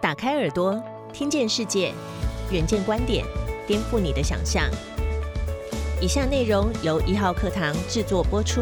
打开耳朵，听见世界，远见观点，颠覆你的想象。以下内容由1号课堂制作播出。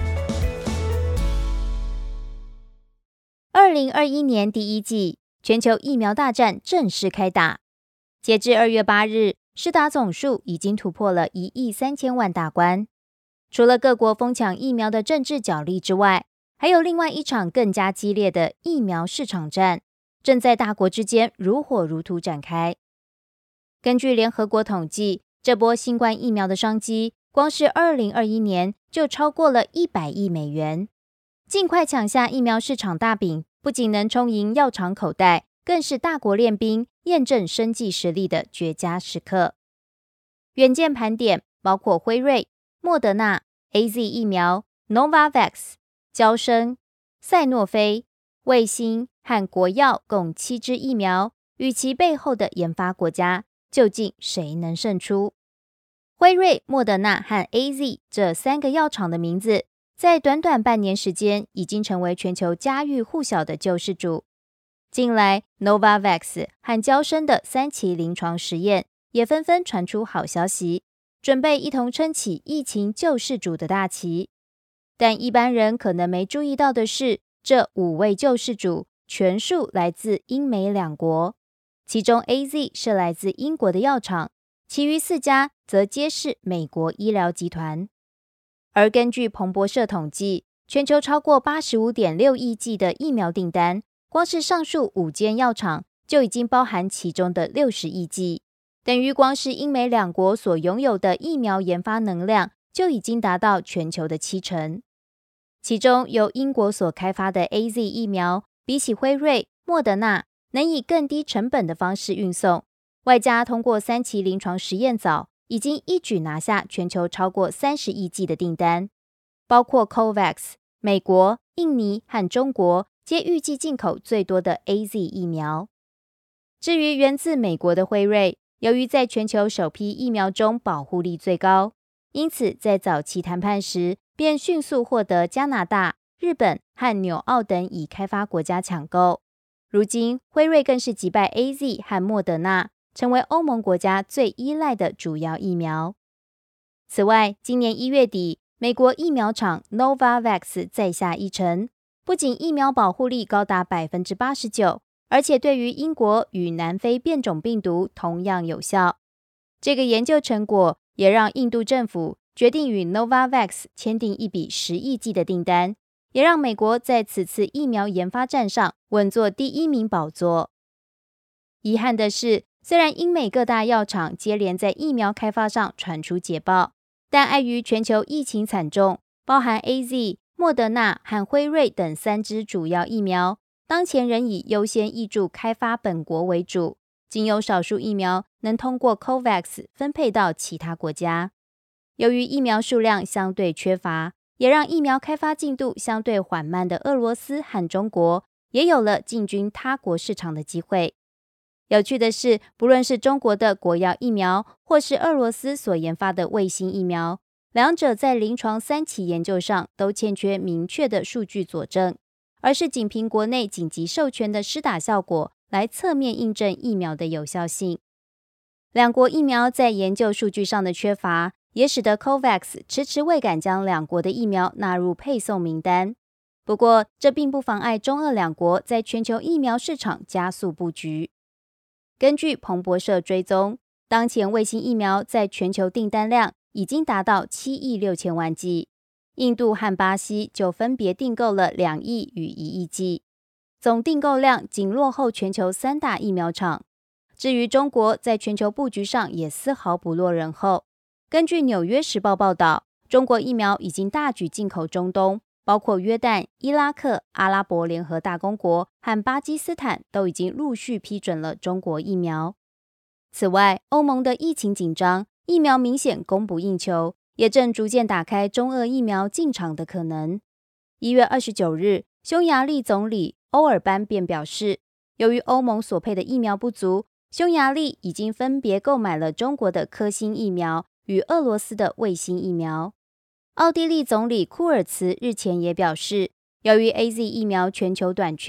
2021年第一季，全球疫苗大战正式开打。截至2月8日，施打总数已经突破了1亿3000万大关。除了各国疯抢疫苗的政治角力之外，还有另外一场更加激烈的疫苗市场战，正在大国之间如火如荼展开。根据联合国统计，这波新冠疫苗的商机，光是2021年就超过了100亿美元。尽快抢下疫苗市场大饼，不仅能充盈药厂口袋，更是大国练兵、验证生技实力的绝佳时刻。远见盘点包括辉瑞、莫德纳、AZ 疫苗、Novavax、嬌生、赛诺菲、卫星和国药共7支疫苗，与其背后的研发国家，究竟谁能胜出？辉瑞、莫德纳和 AZ 这3个药厂的名字，在短短半年时间，已经成为全球家喻户晓的救世主。近来 Novavax 和嬌生的3期临床实验，也纷纷传出好消息，准备一同撑起疫情救世主的大旗。但一般人可能没注意到的是，这5位救世主全数来自英美2国，其中 AZ 是来自英国的药厂，其余4家则皆是美国医疗集团。而根据彭博社统计，全球超过 85.6 亿剂的疫苗订单，光是上述5间药厂就已经包含其中的60亿剂，等于光是英美2国所拥有的疫苗研发能量就已经达到全球的70%。其中由英国所开发的 AZ 疫苗，比起辉瑞、莫德纳，能以更低成本的方式运送，外加通过3期临床实验早，已经一举拿下全球超过30亿剂的订单，包括 COVAX、美国、印尼和中国皆预计进口最多的 AZ 疫苗。至于源自美国的辉瑞，由于在全球首批疫苗中保护力最高，因此在早期谈判时便迅速获得加拿大、日本和纽澳等已开发国家抢购。如今辉瑞更是击败 AZ 和莫德纳，成为欧盟国家最依赖的主要疫苗。此外，今年1月底，美国疫苗厂 Novavax 再下一城，不仅疫苗保护力高达 89%， 而且对于英国与南非变种病毒同样有效。这个研究成果也让印度政府决定与 Novavax 签订一笔10亿剂的订单，也让美国在此次疫苗研发战上稳坐第1名宝座。遗憾的是，虽然英美各大药厂接连在疫苗开发上传出捷报，但碍于全球疫情惨重，包含 AZ、莫德纳和辉瑞等3支主要疫苗，当前仍以优先挹注开发本国为主，仅有少数疫苗能通过 COVAX 分配到其他国家。由于疫苗数量相对缺乏，也让疫苗开发进度相对缓慢的俄罗斯和中国，也有了进军他国市场的机会。有趣的是，不论是中国的国药疫苗，或是俄罗斯所研发的卫星疫苗，两者在临床3期研究上都欠缺明确的数据佐证，而是仅凭国内紧急授权的施打效果来侧面印证疫苗的有效性。两国疫苗在研究数据上的缺乏，也使得 COVAX 迟迟未敢将两国的疫苗纳入配送名单。不过，这并不妨碍中俄2国在全球疫苗市场加速布局。根据彭博社追踪，当前卫星疫苗在全球订单量已经达到7亿6千万剂，印度和巴西就分别订购了2亿与1亿剂，总订购量仅落后全球3大疫苗厂。至于中国，在全球布局上也丝毫不落人后。根据《纽约时报》报道，中国疫苗已经大举进口中东，包括约旦、伊拉克、阿拉伯联合大公国和巴基斯坦都已经陆续批准了中国疫苗。此外，欧盟的疫情紧张，疫苗明显供不应求，也正逐渐打开中俄疫苗进场的可能。1月29日，匈牙利总理欧尔班便表示，由于欧盟所配的疫苗不足，匈牙利已经分别购买了中国的科兴疫苗与俄罗斯的卫星疫苗。奥地利总理库尔茨日前也表示，由于 AZ 疫苗全球短缺，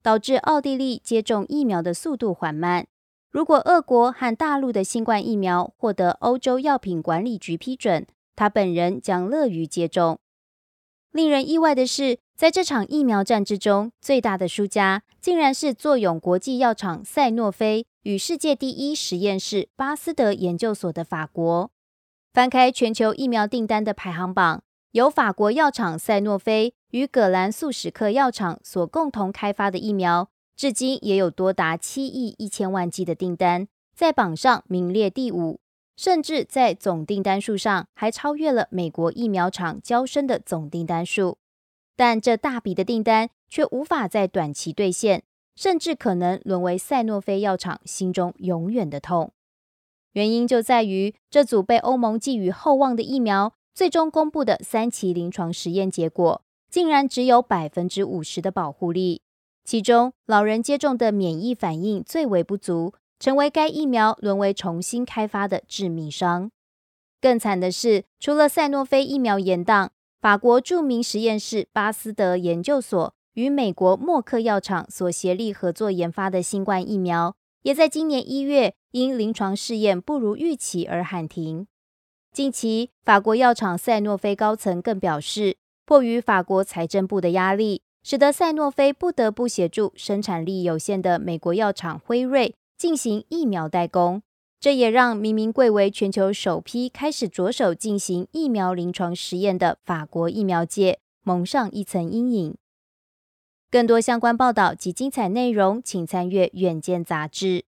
导致奥地利接种疫苗的速度缓慢。如果俄国和大陆的新冠疫苗获得欧洲药品管理局批准，他本人将乐于接种。令人意外的是，在这场疫苗战之中，最大的输家竟然是作永国际药厂赛诺菲与世界第一实验室巴斯德研究所的法国。翻开全球疫苗订单的排行榜，由法国药厂赛诺菲与葛兰素史克药厂所共同开发的疫苗，至今也有多达7亿1千万剂的订单，在榜上名列第5，甚至在总订单数上还超越了美国疫苗厂交生的总订单数。但这大笔的订单却无法在短期兑现，甚至可能沦为赛诺菲药厂心中永远的痛。原因就在于这组被欧盟寄予厚望的疫苗，最终公布的3期临床实验结果，竟然只有 50% 的保护力。其中，老人接种的免疫反应最为不足，成为该疫苗沦为重新开发的致命伤。更惨的是，除了赛诺菲疫苗延宕，法国著名实验室巴斯德研究所与美国默克药厂所协力合作研发的新冠疫苗，也在今年1月因临床试验不如预期而喊停。近期，法国药厂赛诺菲高层更表示，迫于法国财政部的压力，使得赛诺菲不得不协助生产力有限的美国药厂辉瑞进行疫苗代工。这也让明明贵为全球首批开始着手进行疫苗临床实验的法国疫苗界蒙上一层阴影。更多相关报道及精彩内容，请参阅《远见》杂志。